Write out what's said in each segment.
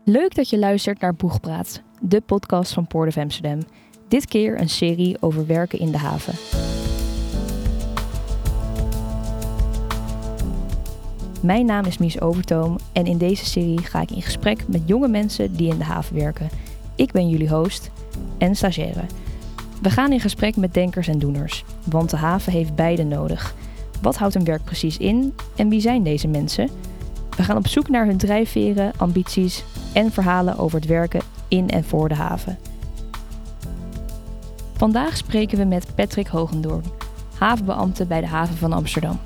Leuk dat je luistert naar Boegpraat, de podcast van Port of Amsterdam. Dit keer een serie over werken in de haven. Mijn naam is Mies Overtoom en in deze serie ga ik in gesprek met jonge mensen die in de haven werken. Ik ben jullie host en stagiaire. We gaan in gesprek met denkers en doeners, want de haven heeft beide nodig. Wat houdt hun werk precies in en wie zijn deze mensen? We gaan op zoek naar hun drijfveren, ambities en verhalen over het werken in en voor de haven. Vandaag spreken we met Patrick Hogendoorn, havenbeambte bij de haven van Amsterdam.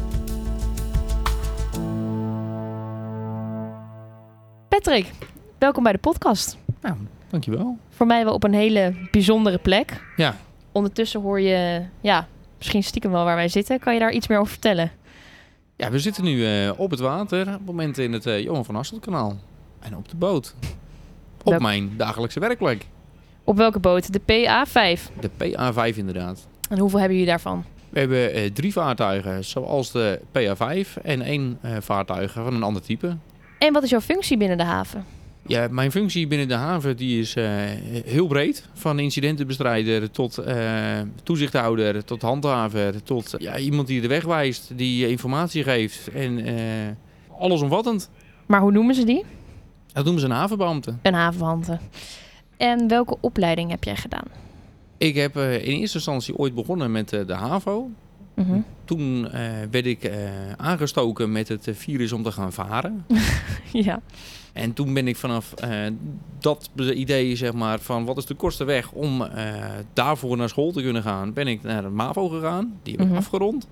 Patrick, welkom bij de podcast. Nou, dankjewel. Voor mij wel op een hele bijzondere plek. Ja. Ondertussen hoor je, misschien stiekem wel waar wij zitten. Kan je daar iets meer over vertellen? Ja, we zitten nu op het water, op het moment in het Johan van Hasseltkanaal. En op de boot. Op mijn dagelijkse werkplek. Op welke boot? De PA5? De PA5 inderdaad. En hoeveel hebben jullie daarvan? We hebben 3 vaartuigen, zoals de PA5 en 1 vaartuig van een ander type. En wat is jouw functie binnen de haven? Ja, mijn functie binnen de haven die is heel breed. Van incidentenbestrijder tot toezichthouder, tot handhaver, tot iemand die de weg wijst, die informatie geeft. En allesomvattend. Maar hoe noemen ze die? Dat noemen ze een havenbeambte. Een havenbeambte. En welke opleiding heb jij gedaan? Ik heb in eerste instantie ooit begonnen met de HAVO. Mm-hmm. Toen werd ik aangestoken met het virus om te gaan varen. Ja. En toen ben ik vanaf dat idee, zeg maar, van wat is de kortste weg om daarvoor naar school te kunnen gaan, ben ik naar het MAVO gegaan. Die heb ik afgerond.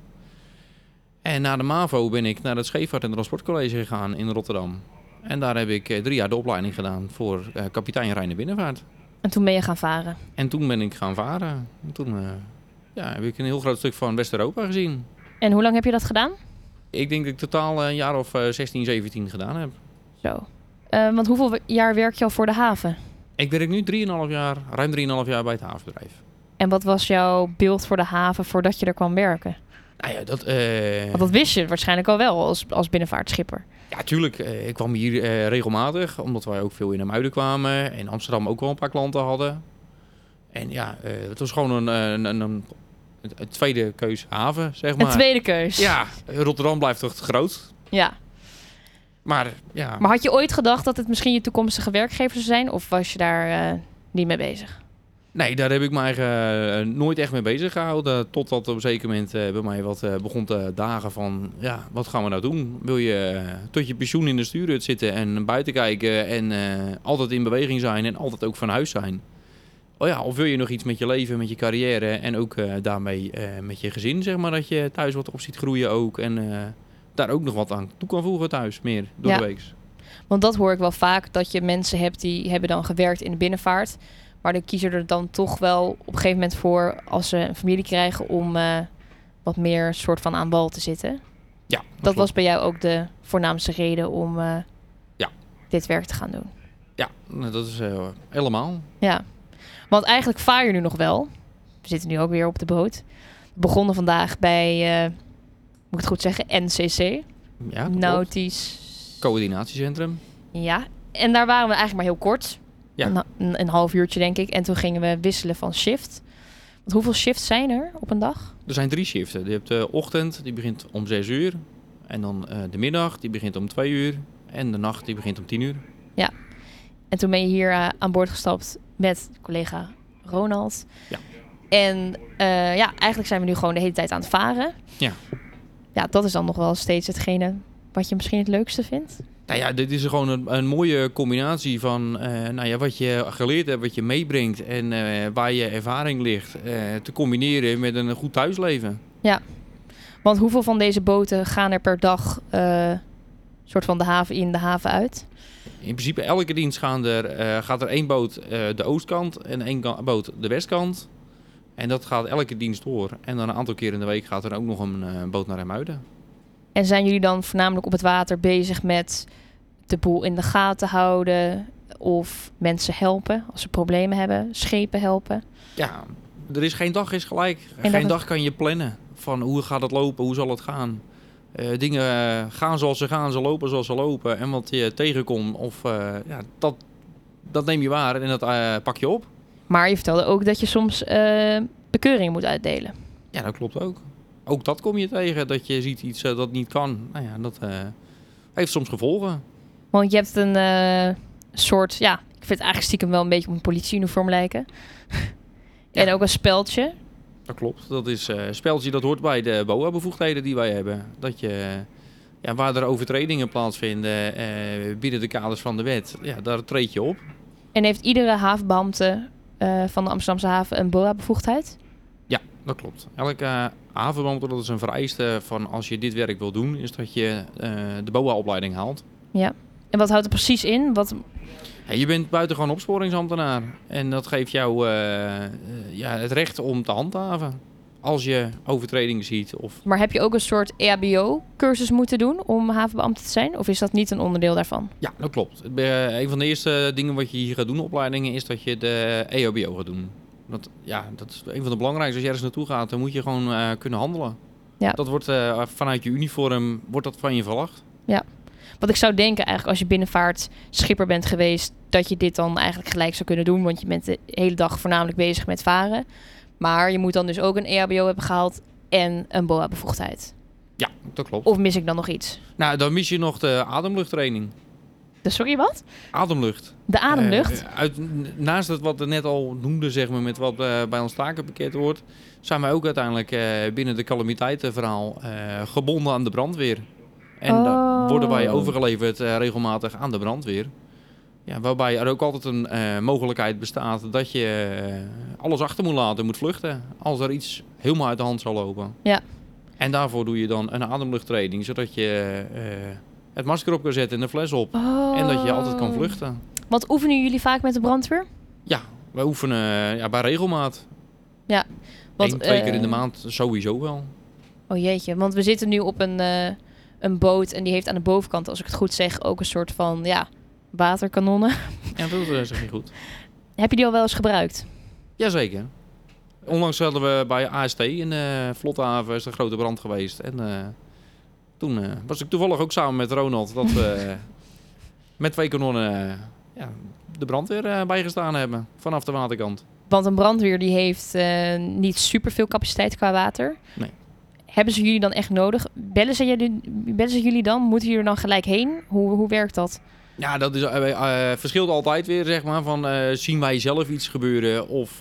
En na de MAVO ben ik naar het Scheepvaart- en Transportcollege gegaan in Rotterdam. En daar heb ik 3 jaar de opleiding gedaan voor kapitein Reine Binnenvaart. En toen ben je gaan varen? En toen ben ik gaan varen. En toen heb ik een heel groot stuk van West-Europa gezien. En hoe lang heb je dat gedaan? Ik denk dat ik totaal een jaar of 16, 17 gedaan heb. Zo. Want hoeveel jaar werk je al voor de haven? Ik werk nu ruim 3,5 jaar bij het havenbedrijf. En wat was jouw beeld voor de haven voordat je er kwam werken? Nou ja, Want dat wist je waarschijnlijk al wel als binnenvaartschipper. Ja, tuurlijk. Ik kwam hier regelmatig, omdat wij ook veel in de Muiden kwamen. En Amsterdam ook wel een paar klanten hadden. En ja, het was gewoon een tweede keus haven, zeg maar. Een tweede keus? Ja, Rotterdam blijft toch te groot. Ja. Maar ja. Maar had je ooit gedacht dat het misschien je toekomstige werkgever zou zijn? Of was je daar niet mee bezig? Nee, daar heb ik me eigenlijk nooit echt mee bezig gehouden. Totdat op een zeker moment bij mij wat begon te dagen van, ja, wat gaan we nou doen? Wil je tot je pensioen in de stuurhut zitten en buiten kijken en altijd in beweging zijn en altijd ook van huis zijn? Oh ja, of wil je nog iets met je leven, met je carrière en ook daarmee met je gezin, zeg maar, dat je thuis wat op ziet groeien ook en daar ook nog wat aan toe kan voegen thuis, meer door de week. Want dat hoor ik wel vaak, dat je mensen hebt die hebben dan gewerkt in de binnenvaart, maar dan kiezen er dan toch wel op een gegeven moment voor, als ze een familie krijgen, om wat meer soort van aan wal te zitten. Ja, dat was bij jou ook de voornaamste reden om dit werk te gaan doen? Ja, dat is helemaal. Ja, want eigenlijk vaar je nu nog wel. We zitten nu ook weer op de boot. We begonnen vandaag bij, moet ik het goed zeggen, NCC. Ja, Nautisch Coördinatiecentrum. Ja, en daar waren we eigenlijk maar heel kort. Ja. Een half uurtje, denk ik. En toen gingen we wisselen van shift. Want hoeveel shifts zijn er op een dag? Er zijn 3 shiften. Je hebt de ochtend, die begint om 6 uur. En dan de middag, die begint om 2 uur. En de nacht, die begint om 10 uur. Ja. En toen ben je hier aan boord gestapt met collega Ronald. Ja. En eigenlijk zijn we nu gewoon de hele tijd aan het varen. Ja. Ja, dat is dan nog wel steeds hetgene wat je misschien het leukste vindt. Nou ja, dit is gewoon een mooie combinatie van wat je geleerd hebt, wat je meebrengt en waar je ervaring ligt, te combineren met een goed thuisleven. Ja, want hoeveel van deze boten gaan er per dag soort van de haven in, de haven uit? In principe elke dienst gaat er 1 boot de oostkant en 1 boot de westkant. En dat gaat elke dienst door. En dan een aantal keer in de week gaat er ook nog een boot naar IJmuiden. En zijn jullie dan voornamelijk op het water bezig met de boel in de gaten houden of mensen helpen als ze problemen hebben, schepen helpen? Ja, er is geen dag is gelijk. Geen dag kan je plannen van hoe gaat het lopen, hoe zal het gaan. Dingen gaan zoals ze gaan, ze lopen zoals ze lopen. En wat je tegenkomt, dat neem je waar en dat pak je op. Maar je vertelde ook dat je soms bekeuringen moet uitdelen. Ja, dat klopt ook. Ook dat kom je tegen, dat je ziet iets dat niet kan. Nou ja, dat heeft soms gevolgen. Want je hebt een soort, ik vind het eigenlijk stiekem wel een beetje op een politieuniform lijken. Ja. En ook een speldje. Dat klopt. Dat is een speldje dat hoort bij de BOA-bevoegdheden die wij hebben. Dat je, waar er overtredingen plaatsvinden binnen de kaders van de wet, daar treed je op. En heeft iedere havenbeambte van de Amsterdamse haven een BOA-bevoegdheid? Ja, dat klopt. Elke havenbeambte, dat is een vereiste van als je dit werk wil doen, is dat je de BOA-opleiding haalt. Ja. En wat houdt er precies in? Je bent buitengewoon opsporingsambtenaar. En dat geeft jou het recht om te handhaven. Als je overtredingen ziet. Maar heb je ook een soort EHBO-cursus moeten doen om havenbeambte te zijn? Of is dat niet een onderdeel daarvan? Ja, dat klopt. Een van de eerste dingen wat je hier gaat doen, opleidingen, is dat je de EHBO gaat doen. Dat is een van de belangrijkste. Als je ergens naartoe gaat, dan moet je gewoon kunnen handelen. Ja. Dat wordt vanuit je uniform wordt dat van je verwacht. Ja. Wat ik zou denken eigenlijk als je binnenvaartschipper bent geweest, dat je dit dan eigenlijk gelijk zou kunnen doen. Want je bent de hele dag voornamelijk bezig met varen. Maar je moet dan dus ook een EHBO hebben gehaald en een BOA-bevoegdheid. Ja, dat klopt. Of mis ik dan nog iets? Nou, dan mis je nog de ademluchttraining. Sorry, wat? Ademlucht. De ademlucht? Naast het wat we net al noemden, zeg maar, met wat bij ons takenpakket hoort, zijn wij ook uiteindelijk binnen de calamiteitenverhaal gebonden aan de brandweer. En dan worden wij overgeleverd regelmatig aan de brandweer. Ja, waarbij er ook altijd een mogelijkheid bestaat dat je alles achter moet laten, moet vluchten. Als er iets helemaal uit de hand zal lopen. Ja. En daarvoor doe je dan een ademluchttraining, zodat je het masker op kan zetten en de fles op. En dat je altijd kan vluchten. Want oefenen jullie vaak met de brandweer? Ja, wij oefenen bij regelmaat. Ja. 1-2 keer in de maand sowieso wel. Oh jeetje, want we zitten nu op een boot en die heeft aan de bovenkant, als ik het goed zeg, ook een soort van, waterkanonnen. Ja, dat zeg je goed. Heb je die al wel eens gebruikt? Jazeker. Onlangs hadden we bij AST in Vlothaven is een grote brand geweest. En toen was ik toevallig ook samen met Ronald dat we met 2 kanonnen de brandweer bijgestaan hebben vanaf de waterkant. Want een brandweer die heeft niet superveel capaciteit qua water. Nee. Hebben ze jullie dan echt nodig? Bellen ze jullie dan? Moeten jullie er dan gelijk heen? Hoe werkt dat? Ja, dat is, verschilt altijd weer, zeg maar. Van, zien wij zelf iets gebeuren? Of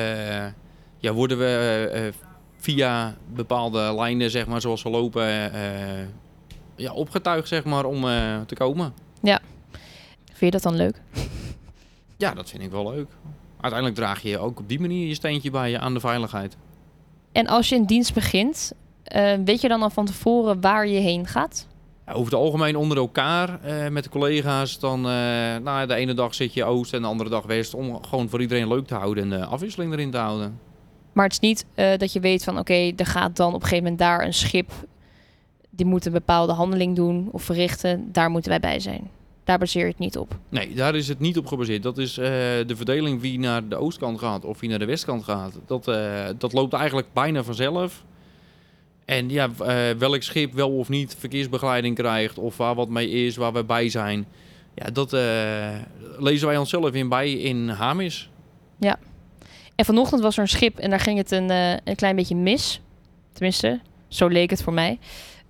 worden we via bepaalde lijnen, zeg maar, zoals we lopen, opgetuigd, zeg maar, om te komen. Ja. Vind je dat dan leuk? Ja, dat vind ik wel leuk. Uiteindelijk draag je ook op die manier je steentje bij aan de veiligheid. En als je een dienst begint, weet je dan al van tevoren waar je heen gaat? Ja, over het algemeen onder elkaar met de collega's. Dan, de ene dag zit je oost en de andere dag west. Om gewoon voor iedereen leuk te houden en de afwisseling erin te houden. Maar het is niet dat je weet van oké, er gaat dan op een gegeven moment daar een schip. Die moet een bepaalde handeling doen of verrichten. Daar moeten wij bij zijn. Daar baseer je het niet op. Nee, daar is het niet op gebaseerd. Dat is de verdeling wie naar de oostkant gaat of wie naar de westkant gaat. Dat loopt eigenlijk bijna vanzelf. En ja, welk schip wel of niet verkeersbegeleiding krijgt of waar wat mee is, waar we bij zijn. Ja, dat lezen wij onszelf bij in Hamis. Ja. En vanochtend was er een schip en daar ging het een klein beetje mis. Tenminste, zo leek het voor mij.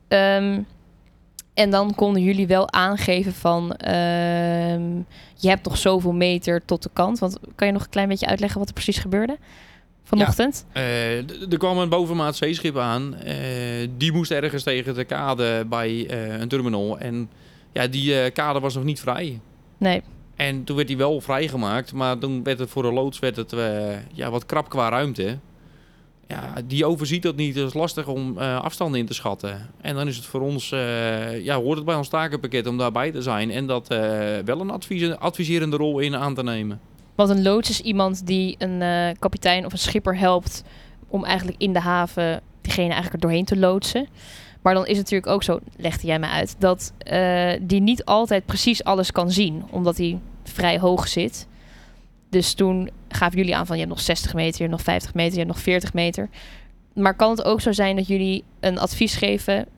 En dan konden jullie wel aangeven van je hebt nog zoveel meter tot de kant. Want kan je nog een klein beetje uitleggen wat er precies gebeurde vanochtend? Ja, er kwam een bovenmaat zeeschip aan. Die moest ergens tegen de kade bij een terminal. En ja, die kade was nog niet vrij. Nee. En toen werd die wel vrijgemaakt. Maar toen werd het voor de loods wat krap qua ruimte. Ja, die overziet dat niet. Het is lastig om afstanden in te schatten. En dan is het voor ons, hoort het bij ons takenpakket om daarbij te zijn. En dat wel een adviserende rol in aan te nemen. Want een loods is iemand die een kapitein of een schipper helpt om eigenlijk in de haven diegene eigenlijk er doorheen te loodsen. Maar dan is het natuurlijk ook zo, legde jij mij uit, dat die niet altijd precies alles kan zien. Omdat hij vrij hoog zit. Dus toen gaven jullie aan van je hebt nog 60 meter, je hebt nog 50 meter, je hebt nog 40 meter. Maar kan het ook zo zijn dat jullie een advies geven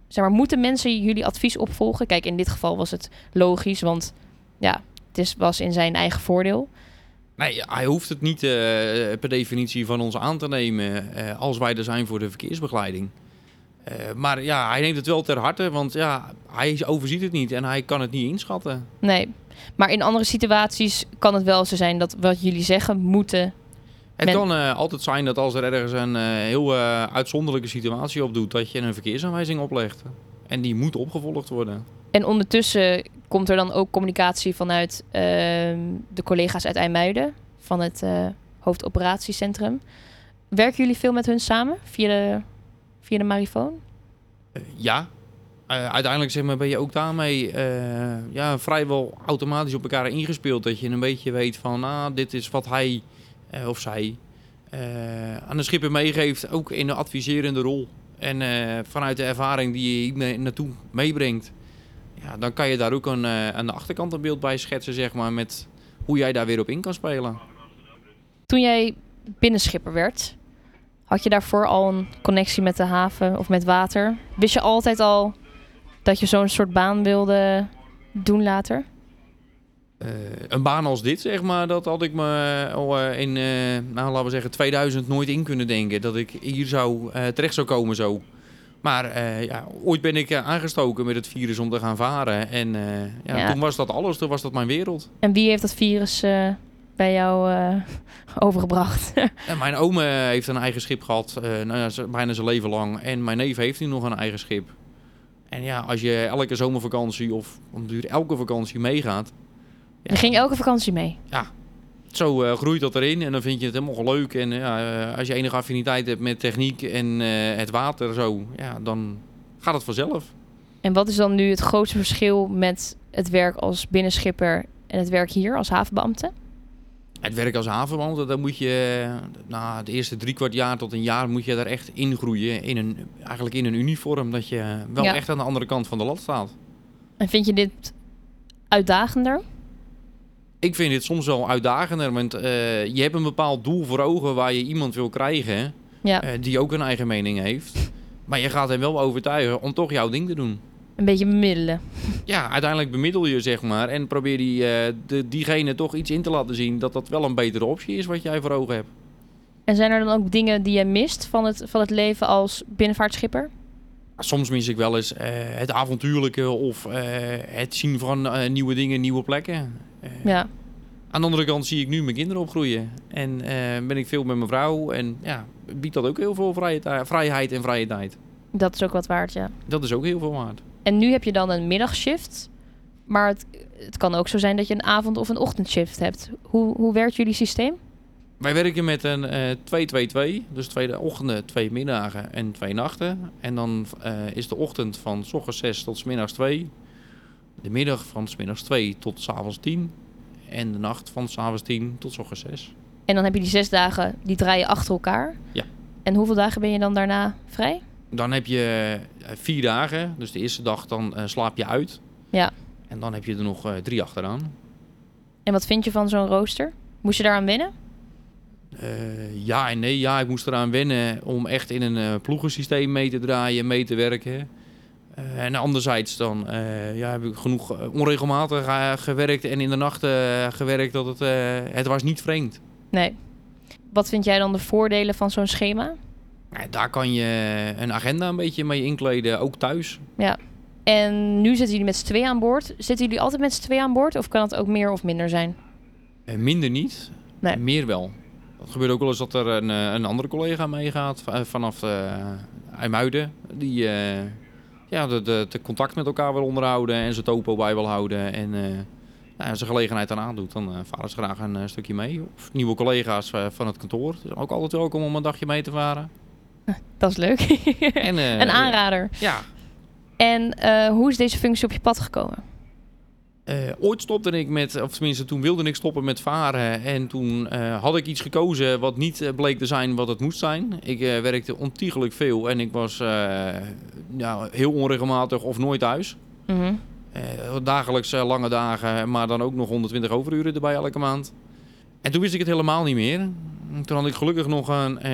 Zeg maar, moeten mensen jullie advies opvolgen? Kijk, in dit geval was het logisch, want ja, was in zijn eigen voordeel. Nee, hij hoeft het niet per definitie van ons aan te nemen als wij er zijn voor de verkeersbegeleiding. Maar ja, hij neemt het wel ter harte, want ja, hij overziet het niet en hij kan het niet inschatten. Nee, maar in andere situaties kan het wel zo zijn dat wat jullie zeggen moeten... Het kan altijd zijn dat als er ergens een heel uitzonderlijke situatie op doet, dat je een verkeersaanwijzing oplegt. En die moet opgevolgd worden. En ondertussen komt er dan ook communicatie vanuit de collega's uit IJmuiden, van het hoofdoperatiecentrum. Werken jullie veel met hun samen via de marifoon? Ja. Uiteindelijk zeg maar, ben je ook daarmee vrijwel automatisch op elkaar ingespeeld. Dat je een beetje weet van, dit is wat hij of zij aan de schipper meegeeft, ook in de adviserende rol. En vanuit de ervaring die je hier naartoe meebrengt, ja, dan kan je daar ook aan de achterkant een beeld bij schetsen, zeg maar, met hoe jij daar weer op in kan spelen. Toen jij binnenschipper werd, had je daarvoor al een connectie met de haven of met water? Wist je altijd al dat je zo'n soort baan wilde doen later? Een baan als dit, zeg maar, dat had ik me al in, laten we zeggen, 2000 nooit in kunnen denken. Dat ik hier terecht zou komen zo. Maar ooit ben ik aangestoken met het virus om te gaan varen. En toen was dat alles, toen was dat mijn wereld. En wie heeft dat virus bij jou overgebracht? En mijn oom heeft een eigen schip gehad, bijna zijn leven lang. En mijn neef heeft nu nog een eigen schip. En ja, als je elke zomervakantie of om de duur elke vakantie meegaat... Ja. Je ging elke vakantie mee? Ja, zo groeit dat erin en dan vind je het helemaal leuk. En als je enige affiniteit hebt met techniek en het water zo, ja, dan gaat het vanzelf. En wat is dan nu het grootste verschil met het werk als binnenschipper en het werk hier als havenbeambte? Het werk als havenbeambte, dan moet je na de eerste 3/4 jaar tot een jaar moet je daar echt ingroeien eigenlijk in een uniform. Dat je wel echt aan de andere kant van de lat staat. En vind je dit uitdagender? Ik vind dit soms wel uitdagender, want je hebt een bepaald doel voor ogen waar je iemand wil krijgen, die ook een eigen mening heeft. Maar je gaat hem wel overtuigen om toch jouw ding te doen. Een beetje bemiddelen. Ja, uiteindelijk bemiddel je, zeg maar, en probeer diegene toch iets in te laten zien dat dat wel een betere optie is wat jij voor ogen hebt. En zijn er dan ook dingen die je mist van het leven als binnenvaartschipper? Soms mis ik wel eens het avontuurlijke of het zien van nieuwe dingen, nieuwe plekken. Aan de andere kant zie ik nu mijn kinderen opgroeien. En ben ik veel met mijn vrouw. En ja, biedt dat ook heel veel vrijheid en vrije tijd. Dat is ook wat waard, ja. Dat is ook heel veel waard. En nu heb je dan een middagshift. Maar het kan ook zo zijn dat je een avond- of een ochtendshift hebt. Hoe werkt jullie systeem? Wij werken met een 2-2-2. Dus 2 ochtenden, 2 middagen en 2 nachten. En dan is de ochtend van 's ochtends 6 tot 's middags 2. De middag van 's middags 2 tot 's avonds 10. En de nacht van 's avonds 10 tot 's ochtends 6. En dan heb je die 6 dagen, die draai je achter elkaar. Ja. En hoeveel dagen ben je dan daarna vrij? Dan heb je 4 dagen. Dus de eerste dag dan slaap je uit. Ja. En dan heb je er nog 3 achteraan. En wat vind je van zo'n rooster? Moest je daaraan wennen? Ja en nee. Ja, ik moest eraan wennen om echt in een ploegensysteem mee te draaien, mee te werken. En anderzijds dan heb ik genoeg onregelmatig gewerkt en in de nacht gewerkt dat het was niet vreemd. Nee. Wat vind jij dan de voordelen van zo'n schema? Daar kan je een agenda een beetje mee inkleden, ook thuis. Ja. En nu zitten jullie met z'n tweeën aan boord. Zitten jullie altijd met z'n tweeën aan boord of kan het ook meer of minder zijn? Minder niet, nee. Meer wel. Het gebeurt ook wel eens dat er een andere collega meegaat vanaf IJmuiden. Die de contact met elkaar wil onderhouden en zijn topo bij wil houden. En als er gelegenheid aan aandoet, dan varen ze graag een stukje mee. Of nieuwe collega's van het kantoor. Het is ook altijd welkom om een dagje mee te varen. Dat is leuk. En, een aanrader. Ja. En hoe is deze functie op je pad gekomen? Ooit stopte ik of tenminste toen wilde ik stoppen met varen. En toen had ik iets gekozen wat niet bleek te zijn wat het moest zijn. Ik werkte ontiegelijk veel en ik was heel onregelmatig of nooit thuis. Mm-hmm. Dagelijks lange dagen, maar dan ook nog 120 overuren erbij elke maand. En toen wist ik het helemaal niet meer. Toen had ik gelukkig nog een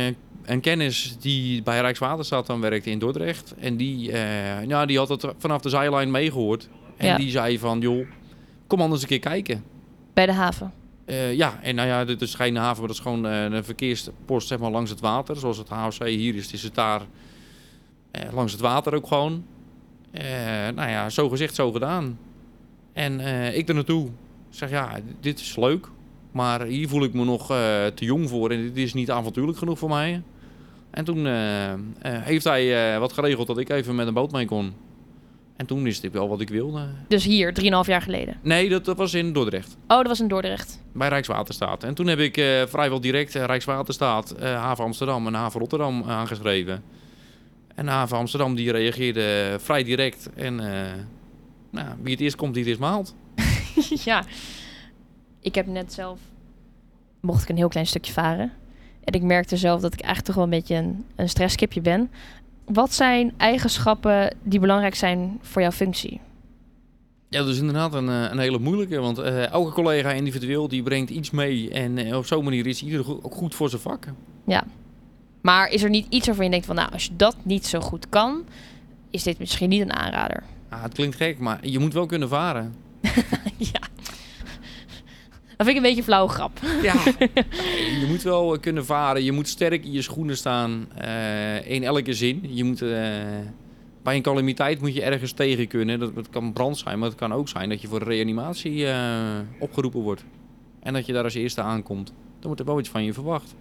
een kennis die bij Rijkswaterstaat dan werkte in Dordrecht. En die had het vanaf de zijlijn meegehoord. En die zei van, joh, kom anders een keer kijken. Bij de haven? Dit is geen haven, maar dat is gewoon een verkeerspost zeg maar, langs het water. Zoals het HOC hier is het daar langs het water ook gewoon. Zo gezegd, zo gedaan. En ik er naartoe. Zeg, dit is leuk. Maar hier voel ik me nog te jong voor en dit is niet avontuurlijk genoeg voor mij. En toen heeft hij wat geregeld dat ik even met een boot mee kon. En toen wist ik wel wat ik wilde. Dus hier, 3,5 jaar geleden? Nee, dat was in Dordrecht. Oh, dat was in Dordrecht? Bij Rijkswaterstaat. En toen heb ik vrijwel direct Rijkswaterstaat, Haven Amsterdam en Haven Rotterdam aangeschreven. En Haven Amsterdam die reageerde vrij direct. En wie het eerst komt, die het eerst maalt. Ja. Ik heb net zelf, mocht ik een heel klein stukje varen. En ik merkte zelf dat ik eigenlijk toch wel een beetje een stresskipje ben. Wat zijn eigenschappen die belangrijk zijn voor jouw functie? Ja, dat is inderdaad een hele moeilijke. Want elke collega individueel die brengt iets mee. En op zo'n manier is ieder ook goed voor zijn vak. Ja. Maar is er niet iets waarvan je denkt van, als je dat niet zo goed kan, is dit misschien niet een aanrader? Het klinkt gek, maar je moet wel kunnen varen. Ja. Dat vind ik een beetje een flauwe grap. Ja, je moet wel kunnen varen. Je moet sterk in je schoenen staan. In elke zin. Je moet, bij een calamiteit moet je ergens tegen kunnen. Dat kan brand zijn, maar het kan ook zijn dat je voor de reanimatie opgeroepen wordt. En dat je daar als eerste aankomt. Dan wordt er wel iets van je verwacht.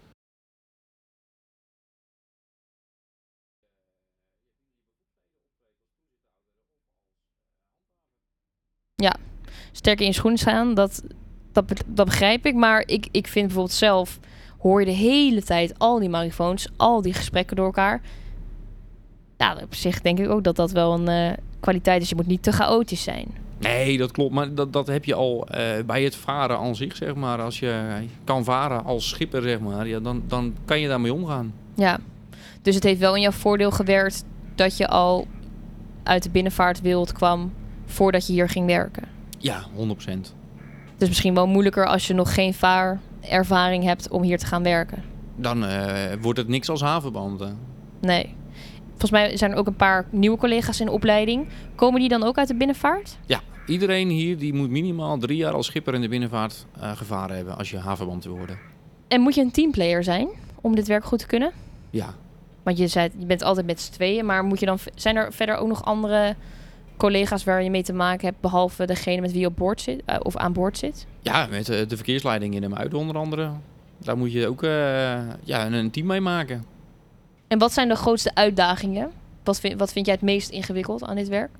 Ja, sterk in je schoenen staan, dat begrijp ik. Maar ik vind bijvoorbeeld zelf, hoor je de hele tijd al die marifoons, al die gesprekken door elkaar. Ja, op zich denk ik ook dat dat wel een kwaliteit is. Je moet niet te chaotisch zijn. Nee, dat klopt. Maar dat heb je al bij het varen aan zich, zeg maar. Als je kan varen als schipper, zeg maar, ja, dan kan je daarmee omgaan. Ja, dus het heeft wel in jouw voordeel gewerkt dat je al uit de binnenvaartwereld kwam voordat je hier ging werken. Ja, 100%. Het is misschien wel moeilijker als je nog geen vaarervaring hebt om hier te gaan werken. Dan wordt het niks als havenbeambte. Nee. Volgens mij zijn er ook een paar nieuwe collega's in de opleiding. Komen die dan ook uit de binnenvaart? Ja, iedereen hier die moet minimaal 3 jaar als schipper in de binnenvaart gevaren hebben als je havenbeambte wil worden. En moet je een teamplayer zijn om dit werk goed te kunnen? Ja. Want je zei, je bent altijd met z'n tweeën, maar zijn er verder ook nog andere collega's waar je mee te maken hebt, behalve degene met wie je op boord zit of aan boord zit? Ja, met de verkeersleiding in de Muiden onder andere. Daar moet je ook een team mee maken. En wat zijn de grootste uitdagingen? Wat vind jij het meest ingewikkeld aan dit werk?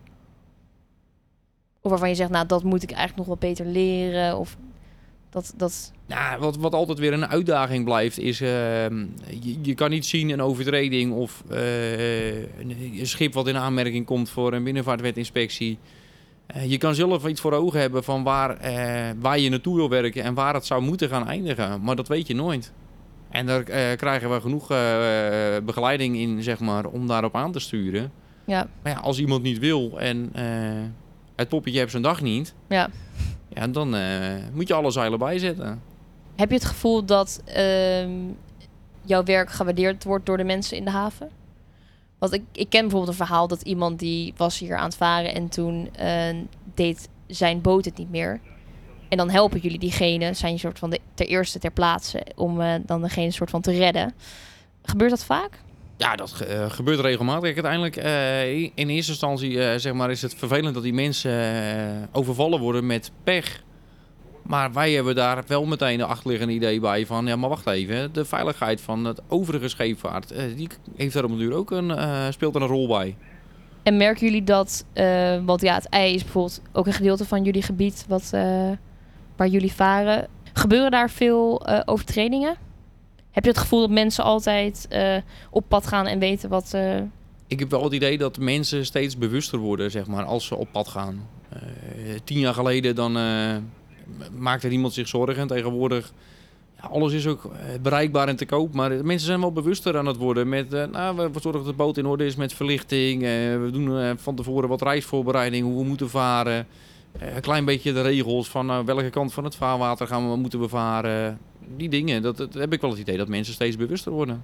Of waarvan je zegt, dat moet ik eigenlijk nog wat beter leren? Of dat... Nou, wat altijd weer een uitdaging blijft is... je kan niet zien een overtreding of een schip wat in aanmerking komt voor een binnenvaartwetinspectie. Je kan zelf iets voor ogen hebben van waar je naartoe wil werken en waar het zou moeten gaan eindigen. Maar dat weet je nooit. En daar krijgen we genoeg begeleiding in, zeg maar, om daarop aan te sturen. Ja. Maar ja, als iemand niet wil en het poppetje heeft zijn dag niet... Ja, dan moet je alle zeilen bijzetten. Heb je het gevoel dat jouw werk gewaardeerd wordt door de mensen in de haven? Want ik ken bijvoorbeeld een verhaal dat iemand die was hier aan het varen en toen deed zijn boot het niet meer. En dan helpen jullie diegene, zijn je soort van ter eerste ter plaatse, om dan degene soort van te redden. Gebeurt dat vaak? Ja, dat gebeurt regelmatig. Uiteindelijk, in eerste instantie zeg maar, is het vervelend dat die mensen overvallen worden met pech. Maar wij hebben daar wel meteen een achterliggende idee bij van... ja, maar wacht even, de veiligheid van het overige scheepvaart... die heeft daar op een duur ook speelt er een rol bij. En merken jullie dat... want ja, het IJ is bijvoorbeeld ook een gedeelte van jullie gebied... waar jullie varen. Gebeuren daar veel overtredingen? Heb je het gevoel dat mensen altijd op pad gaan en weten wat... Ik heb wel het idee dat mensen steeds bewuster worden, zeg maar, als ze op pad gaan. 10 jaar geleden dan maakte niemand zich zorgen. En tegenwoordig, ja, alles is ook bereikbaar en te koop. Maar mensen zijn wel bewuster aan het worden. Met, we zorgen dat de boot in orde is met verlichting. We doen van tevoren wat reisvoorbereiding, hoe we moeten varen. Een klein beetje de regels van welke kant van het vaarwater moeten we varen. Die dingen, dat heb ik wel het idee dat mensen steeds bewuster worden.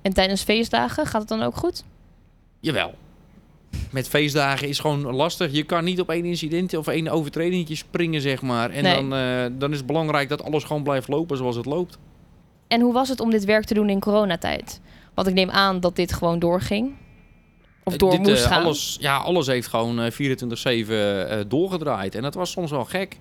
En tijdens feestdagen gaat het dan ook goed? Jawel. Met feestdagen is gewoon lastig. Je kan niet op één incident of één overtredingetje springen, zeg maar. En dan is het belangrijk dat alles gewoon blijft lopen zoals het loopt. En hoe was het om dit werk te doen in coronatijd? Want ik neem aan dat dit gewoon doorging. Of door moest gaan. Alles heeft gewoon 24/7 doorgedraaid. En dat was soms wel gek.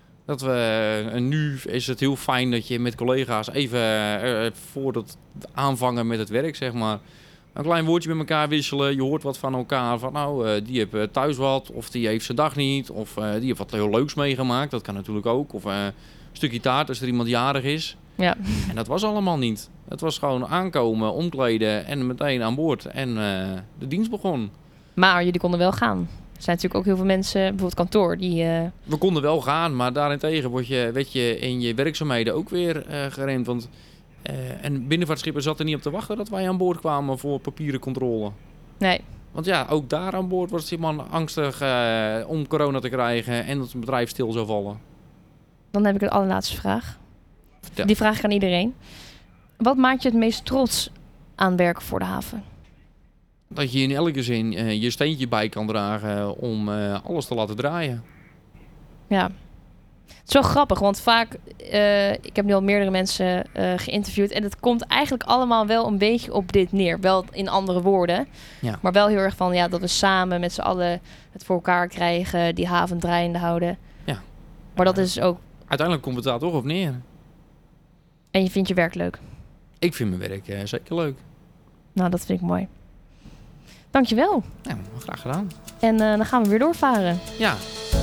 Nu is het heel fijn dat je met collega's even voor het aanvangen met het werk, zeg maar, een klein woordje met elkaar wisselen. Je hoort wat van elkaar. Van die heeft thuis wat. Of die heeft zijn dag niet. Of die heeft wat heel leuks meegemaakt. Dat kan natuurlijk ook. Of een stukje taart als er iemand jarig is. Ja. En dat was allemaal niet. Het was gewoon aankomen, omkleden en meteen aan boord. En de dienst begon. Maar jullie konden wel gaan. Er zijn natuurlijk ook heel veel mensen, bijvoorbeeld kantoor, die... We konden wel gaan, maar daarentegen werd je in je werkzaamheden ook weer geremd. Want een binnenvaartschipper zat er niet op te wachten dat wij aan boord kwamen voor papieren controle. Nee. Want ja, ook daar aan boord was die man angstig om corona te krijgen en dat het bedrijf stil zou vallen. Dan heb ik een allerlaatste vraag. Vertel. Die vraag ik aan iedereen. Wat maakt je het meest trots aan werken voor de haven? Dat je in elke zin je steentje bij kan dragen om alles te laten draaien. Ja. Het is wel grappig, want vaak... ik heb nu al meerdere mensen geïnterviewd... en het komt eigenlijk allemaal wel een beetje op dit neer. Wel in andere woorden. Ja. Maar wel heel erg van dat we samen met z'n allen het voor elkaar krijgen... die haven draaiende houden. Ja. Maar dat is ook... Uiteindelijk komt het daar toch op neer. En je vindt je werk leuk? Ik vind mijn werk zeker leuk. Nou, dat vind ik mooi. Dankjewel. Ja, graag gedaan. En dan gaan we weer doorvaren. Ja.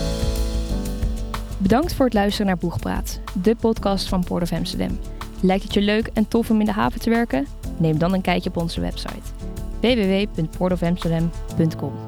Bedankt voor het luisteren naar Boegpraat, de podcast van Port of Amsterdam. Lijkt het je leuk en tof om in de haven te werken? Neem dan een kijkje op onze website www.portofamsterdam.com.